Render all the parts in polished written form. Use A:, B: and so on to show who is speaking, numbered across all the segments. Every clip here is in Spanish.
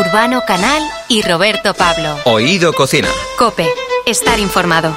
A: Urbano Canal y Roberto Pablo.
B: Oído Cocina.
A: COPE. Estar informado.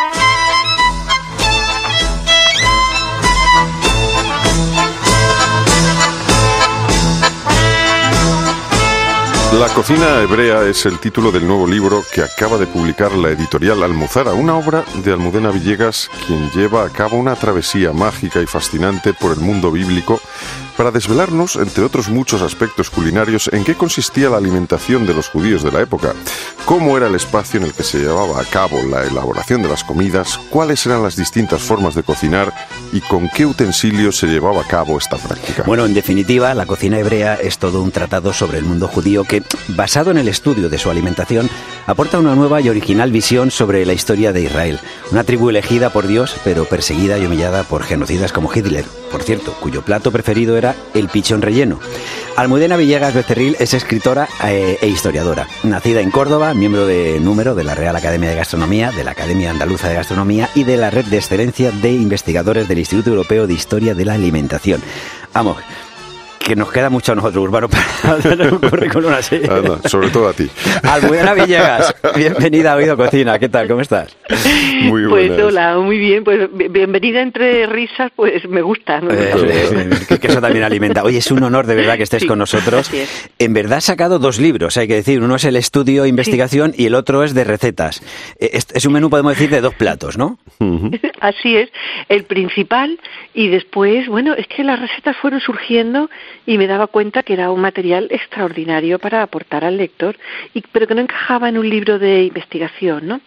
C: La cocina hebrea es el título del nuevo libro que acaba de publicar la editorial Almuzara, una obra de Almudena Villegas, quien lleva a cabo una travesía mágica y fascinante por el mundo bíblico para desvelarnos, entre otros muchos aspectos culinarios, en qué consistía la alimentación de los judíos de la época, cómo era el espacio en el que se llevaba a cabo la elaboración de las comidas, cuáles eran las distintas formas de cocinar y con qué utensilios se llevaba a cabo esta práctica.
D: Bueno, en definitiva, la cocina hebrea es todo un tratado sobre el mundo judío que, basado en el estudio de su alimentación, aporta una nueva y original visión sobre la historia de Israel, una tribu elegida por Dios, pero perseguida y humillada por genocidas como Hitler, por cierto, cuyo plato preferido era el pichón relleno. Almudena Villegas Becerril es escritora e historiadora. Nacida en Córdoba, miembro de número de la Real Academia de Gastronomía, de la Academia Andaluza de Gastronomía y de la Red de Excelencia de Investigadores del Instituto Europeo de Historia de la Alimentación. Vamos, que nos queda mucho a nosotros, Urbano, para tener un currículum así.
C: Anda, sobre todo a ti.
D: Almudena Villegas, bienvenida a Oído Cocina. ¿Qué tal? ¿Cómo estás?
C: Muy buenas.
E: Pues hola, muy bien. Pues bienvenida entre risas, pues me gusta. ¿No?
D: Que eso también alimenta. Oye, es un honor de verdad que estés con nosotros. En verdad has sacado 2 libros, hay que decir. Uno es el estudio, investigación, y el otro es de recetas. Es un menú, podemos decir, de 2 platos, ¿no?
E: Así es, el principal, y después, bueno, es que las recetas fueron surgiendo y me daba cuenta que era un material extraordinario para aportar al lector, pero que no encajaba en un libro de investigación, ¿no?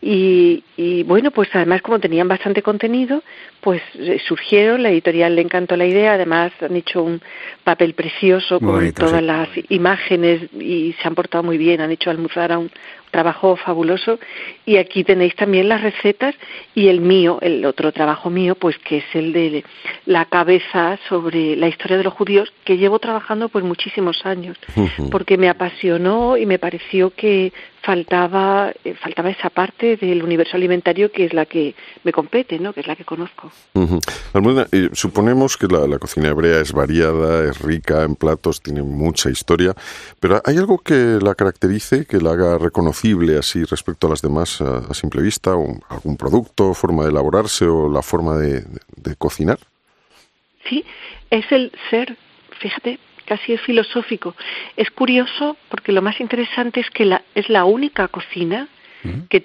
E: Y bueno, pues además como tenían bastante contenido, pues surgieron, la editorial le encantó la idea, además han hecho un papel precioso con bonito, todas las imágenes y se han portado muy bien, han hecho Almuzara un trabajo fabuloso, y aquí tenéis también las recetas y el mío, el otro trabajo mío, pues que es el de la cabeza sobre la historia de los judíos, que llevo trabajando pues muchísimos años, porque me apasionó y me pareció que faltaba esa parte del universo alimentario que es la que me compete, ¿no? Que es la que conozco.
C: Almudena, suponemos que la cocina hebrea es variada, es rica en platos, tiene mucha historia, pero ¿hay algo que la caracterice, que la haga reconocible así respecto a las demás a simple vista? ¿O algún producto, forma de elaborarse o la forma de cocinar?
E: Sí, es el ser, fíjate, casi es filosófico. Es curioso porque lo más interesante es que es la única cocina que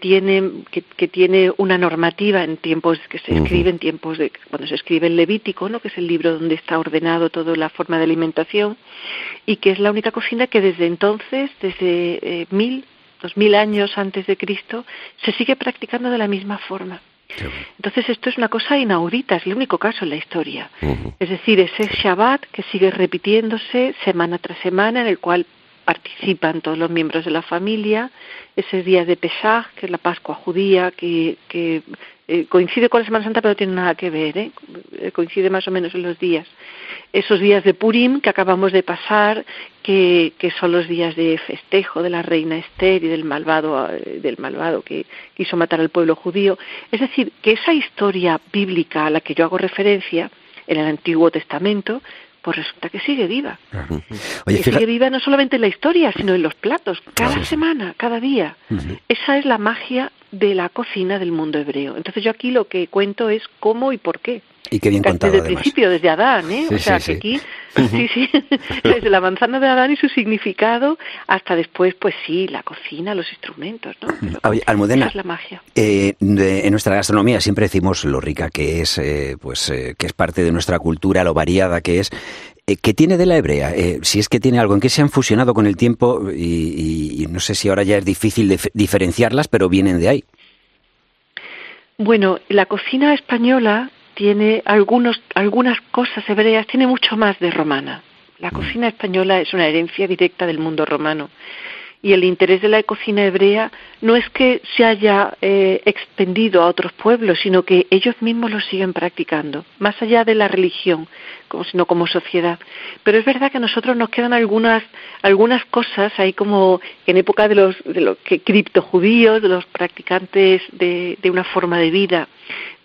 E: tiene una normativa en tiempos que se escribe, en tiempos de cuando se escribe el Levítico, ¿no? Que es el libro donde está ordenado toda la forma de alimentación, y que es la única cocina que desde entonces, desde 2000 años antes de Cristo, se sigue practicando de la misma forma. Entonces esto es una cosa inaudita, es el único caso en la historia. Es decir, ese Shabbat que sigue repitiéndose semana tras semana, en el cual participan todos los miembros de la familia, ese día de Pesaj, que es la Pascua judía, que coincide con la Semana Santa, pero no tiene nada que ver, coincide más o menos en los días. Esos días de Purim que acabamos de pasar, que son los días de festejo de la reina Esther y del malvado que quiso matar al pueblo judío. Es decir, que esa historia bíblica a la que yo hago referencia en el Antiguo Testamento, pues resulta que sigue viva. Oye, sigue viva no solamente en la historia, sino en los platos, cada semana, cada día. Esa es la magia de la cocina del mundo hebreo. Entonces yo aquí lo que cuento es cómo y por qué.
D: Y qué bien contado,
E: desde el principio, desde Adán, o sea, que aquí, desde la manzana de Adán y su significado, hasta después, pues sí, la cocina, los instrumentos, ¿no?
D: Oye, Almudena,
E: esa es la magia.
D: En nuestra gastronomía siempre decimos lo rica que es, que es parte de nuestra cultura, lo variada que es. ¿Qué tiene de la hebrea? Si es que tiene algo, ¿en qué se han fusionado con el tiempo? Y no sé si ahora ya es difícil diferenciarlas, pero vienen de ahí.
E: Bueno, la cocina española tiene algunas cosas hebreas, tiene mucho más de romana. La cocina española es una herencia directa del mundo romano. Y el interés de la cocina hebrea no es que se haya extendido a otros pueblos, sino que ellos mismos lo siguen practicando, más allá de la religión, sino como sociedad. Pero es verdad que a nosotros nos quedan algunas cosas ahí, como en época de los criptojudíos, de los practicantes de una forma de vida,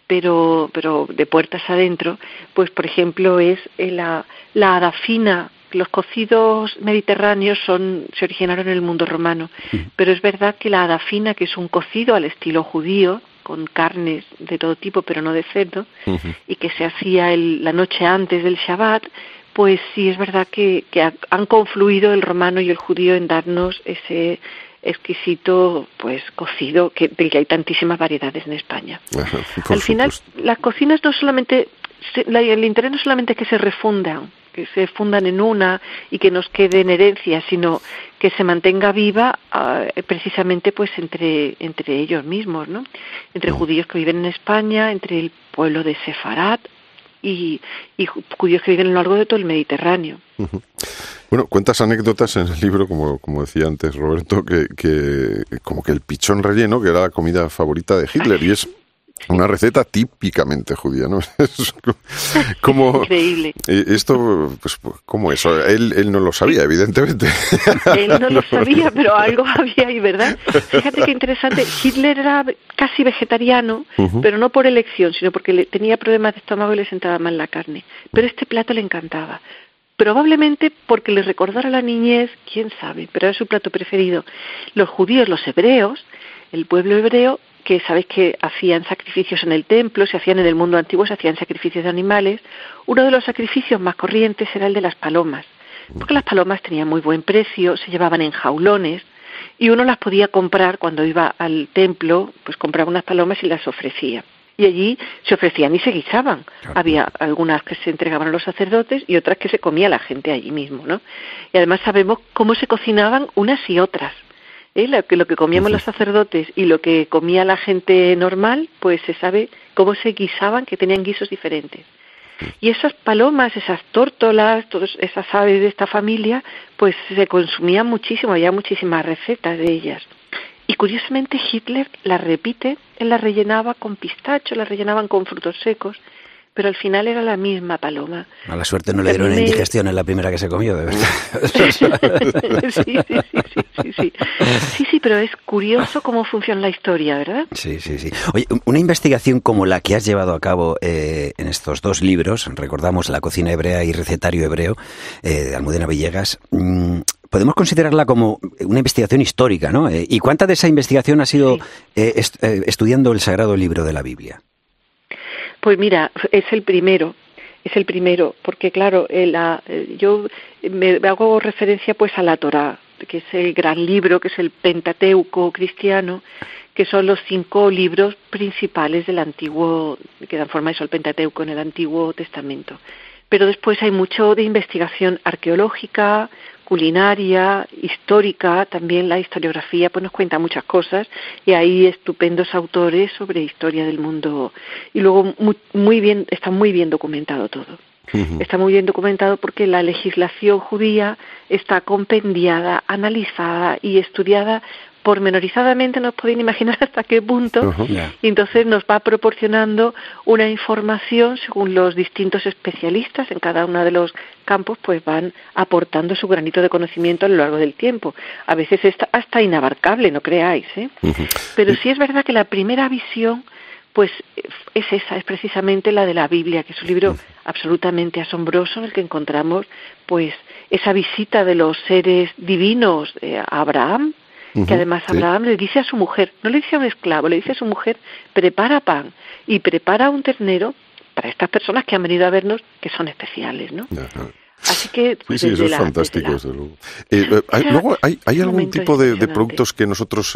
E: pero de puertas adentro, pues por ejemplo es la adafina porque los cocidos mediterráneos se originaron en el mundo romano, pero es verdad que la adafina, que es un cocido al estilo judío, con carnes de todo tipo, pero no de cerdo, y que se hacía la noche antes del Shabbat, pues sí es verdad que han confluido el romano y el judío en darnos ese exquisito pues cocido del que hay tantísimas variedades en España. Al final, las cocinas no solamente, el interés no solamente es que se refundan, que se fundan en una y que nos quede en herencia, sino que se mantenga viva precisamente pues entre ellos mismos, ¿no? Entre judíos que viven en España, entre el pueblo de Sefarat y judíos que viven a lo largo de todo el Mediterráneo.
C: Bueno, cuentas anécdotas en el libro, como decía antes Roberto, que como que el pichón relleno, que era la comida favorita de Hitler, y es una receta típicamente judía, ¿no? Es como
E: increíble.
C: Esto, pues, ¿cómo eso? Él no lo sabía, evidentemente.
E: Él no lo sabía, pero algo había ahí, ¿verdad? Fíjate qué interesante. Hitler era casi vegetariano, pero no por elección, sino porque tenía problemas de estómago y le sentaba mal la carne. Pero este plato le encantaba. Probablemente porque le recordara la niñez, quién sabe, pero era su plato preferido. Los judíos, los hebreos, el pueblo hebreo, que sabéis que hacían sacrificios en el templo, se hacían en el mundo antiguo, se hacían sacrificios de animales. Uno de los sacrificios más corrientes era el de las palomas, porque las palomas tenían muy buen precio, se llevaban en jaulones, y uno las podía comprar cuando iba al templo, pues compraba unas palomas y las ofrecía. Y allí se ofrecían y se guisaban. Había algunas que se entregaban a los sacerdotes y otras que se comía la gente allí mismo, ¿no? Y además sabemos cómo se cocinaban unas y otras. Lo que comíamos los sacerdotes y lo que comía la gente normal, pues se sabe cómo se guisaban, que tenían guisos diferentes. Y esas palomas, esas tórtolas, todas esas aves de esta familia, pues se consumían muchísimo, había muchísimas recetas de ellas. Y curiosamente Hitler las repite, él las rellenaba con pistacho, las rellenaban con frutos secos, pero al final era la misma paloma.
D: A la suerte no le dieron una indigestión en la primera que se comió, de verdad.
E: Sí, pero es curioso cómo funciona la historia, ¿verdad?
D: Sí. Oye, una investigación como la que has llevado a cabo en estos dos libros, recordamos La cocina hebrea y Recetario hebreo, de Almudena Villegas, podemos considerarla como una investigación histórica, ¿no? ¿Y cuánta de esa investigación ha sido estudiando el Sagrado Libro de la Biblia?
E: Pues mira, es el primero, porque claro, yo me hago referencia pues a la Torá, que es el gran libro, que es el Pentateuco cristiano, que son los 5 libros principales del Antiguo, que dan forma a eso, el Pentateuco en el Antiguo Testamento. Pero después hay mucho de investigación arqueológica, culinaria, histórica, también la historiografía pues nos cuenta muchas cosas y hay estupendos autores sobre historia del mundo y luego está muy bien documentado todo. Está muy bien documentado porque la legislación judía está compendiada, analizada y estudiada pormenorizadamente, no os podéis imaginar hasta qué punto, y entonces nos va proporcionando una información según los distintos especialistas en cada uno de los campos, pues van aportando su granito de conocimiento a lo largo del tiempo. A veces es hasta inabarcable, no creáis, ¿eh? Pero sí es verdad que la primera visión pues es precisamente la de la Biblia, que es un libro absolutamente asombroso en el que encontramos pues esa visita de los seres divinos a Abraham, que además Abraham le dice a su mujer, no le dice a un esclavo, le dice a su mujer, prepara pan y prepara un ternero para estas personas que han venido a vernos, que son especiales, ¿no? Así que
C: pues, sí, eso es fantástico, desde luego. Luego, ¿hay algún tipo de productos que nosotros,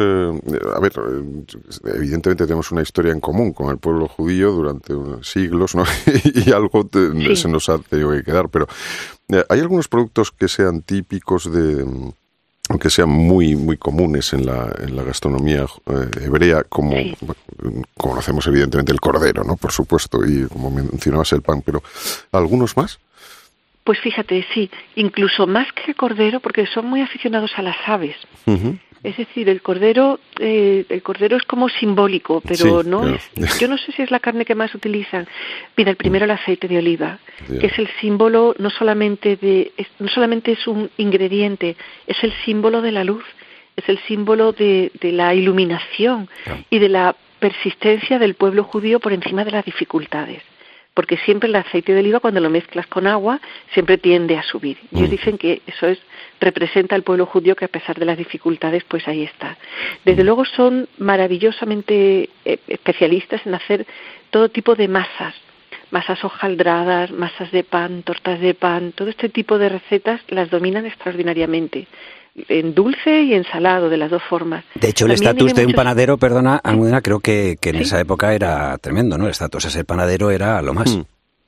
C: evidentemente tenemos una historia en común con el pueblo judío durante siglos, ¿no? Y algo se nos ha tenido que quedar, pero ¿hay algunos productos que sean típicos aunque sean muy muy comunes en la gastronomía hebrea, como conocemos evidentemente el cordero, ¿no? Por supuesto, y como mencionabas el pan, pero ¿algunos más?
E: Pues fíjate, sí, incluso más que el cordero, porque son muy aficionados a las aves. Es decir, el cordero es como simbólico, pero yo no sé si es la carne que más utilizan. Mira, el primero el aceite de oliva, que es el símbolo no solamente es un ingrediente, es el símbolo de la luz, es el símbolo de la iluminación y de la persistencia del pueblo judío por encima de las dificultades. porque siempre el aceite de oliva, cuando lo mezclas con agua, siempre tiende a subir. Ellos dicen que eso representa al pueblo judío, que a pesar de las dificultades, pues ahí está. Desde luego son maravillosamente especialistas en hacer todo tipo de masas hojaldradas, masas de pan, tortas de pan, todo este tipo de recetas las dominan extraordinariamente, en dulce y en salado, de las dos formas.
D: De hecho, el estatus de un panadero, perdona, Almudena, creo que en esa época era tremendo, ¿no? El estatus de ser panadero era lo más.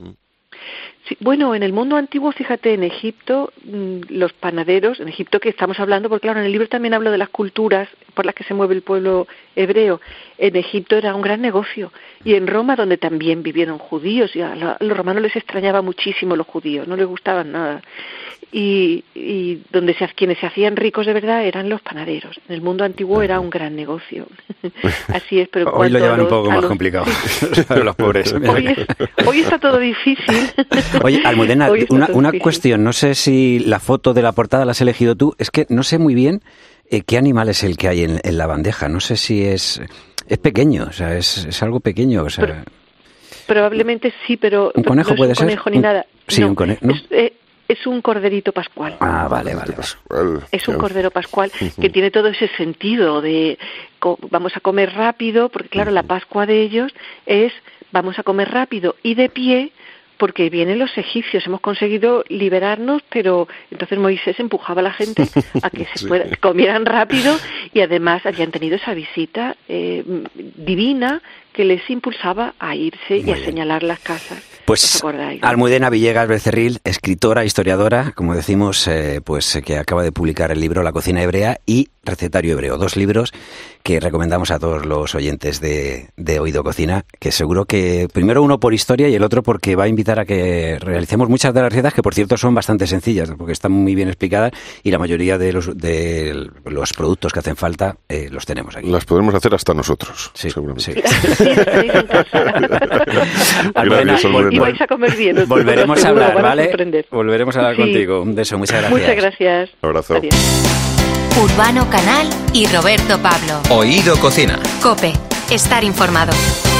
E: Sí, bueno, en el mundo antiguo, fíjate, en Egipto, los panaderos, en Egipto que estamos hablando, porque claro, en el libro también hablo de las culturas por las que se mueve el pueblo hebreo. En Egipto era un gran negocio, y en Roma, donde también vivieron judíos, y a los romanos les extrañaba muchísimo los judíos, no les gustaban nada. Y donde quienes se hacían ricos de verdad eran los panaderos. En el mundo antiguo era un gran negocio. Así es, pero
D: hoy lo llevan un poco más complicado. Los pobres.
E: Hoy está todo difícil.
D: Oye, Almudena, una cuestión. No sé si la foto de la portada la has elegido tú. Es que no sé muy bien qué animal es el que hay en la bandeja. No sé si es pequeño, o sea, es algo pequeño, o sea.
E: Probablemente sí, pero
D: ¿un conejo
E: no es
D: puede
E: un conejo
D: ser?
E: Ni nada.
D: Sí,
E: no,
D: un conejo. ¿No?
E: Es un corderito pascual.
D: Ah, vale.
E: Es un cordero pascual que tiene todo ese sentido de vamos a comer rápido, porque claro, la Pascua de ellos es vamos a comer rápido y de pie, porque vienen los egipcios, hemos conseguido liberarnos, pero entonces Moisés empujaba a la gente a que comieran rápido, y además habían tenido esa visita divina que les impulsaba a irse y a señalar las casas.
D: Pues Almudena Villegas Becerril, escritora, historiadora, como decimos, que acaba de publicar el libro La cocina hebrea y Recetario hebreo, 2 libros que recomendamos a todos los oyentes de Oído Cocina, que seguro que primero uno por historia y el otro porque va a invitar a que realicemos muchas de las recetas, que por cierto son bastante sencillas, porque están muy bien explicadas y la mayoría de los productos que hacen falta los tenemos aquí.
C: Las podemos hacer hasta nosotros, seguramente.
E: Sí, Almudena, y vais a comer bien.
D: Volveremos a hablar, ¿vale? Volveremos a hablar contigo. Un beso, muchas gracias.
E: Muchas gracias.
C: Un abrazo.
E: Adiós.
A: Urbano Canal y Roberto Pablo.
B: Oído Cocina.
A: COPE. Estar informado.